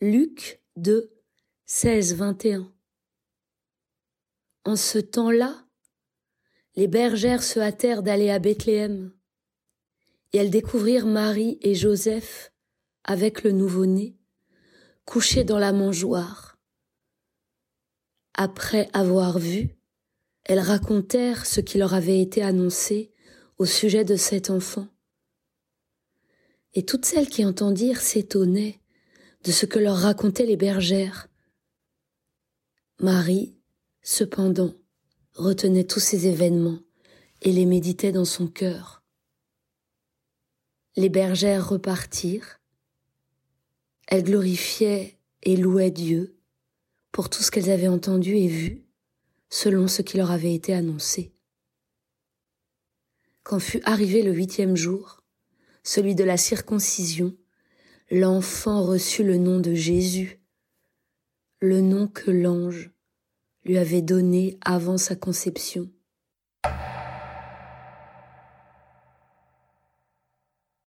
Luc 2, 16-21. En ce temps-là, les bergères se hâtèrent d'aller à Bethléem, et elles découvrirent Marie et Joseph avec le nouveau-né, couchés dans la mangeoire. Après avoir vu, elles racontèrent ce qui leur avait été annoncé au sujet de cet enfant. Et toutes celles qui entendirent s'étonnaient de ce que leur racontaient les bergères. Marie, cependant, retenait tous ces événements et les méditait dans son cœur. Les bergères repartirent. Elles glorifiaient et louaient Dieu pour tout ce qu'elles avaient entendu et vu, selon ce qui leur avait été annoncé. Quand fut arrivé le 8e jour, celui de la circoncision, l'enfant reçut le nom de Jésus, le nom que l'ange lui avait donné avant sa conception.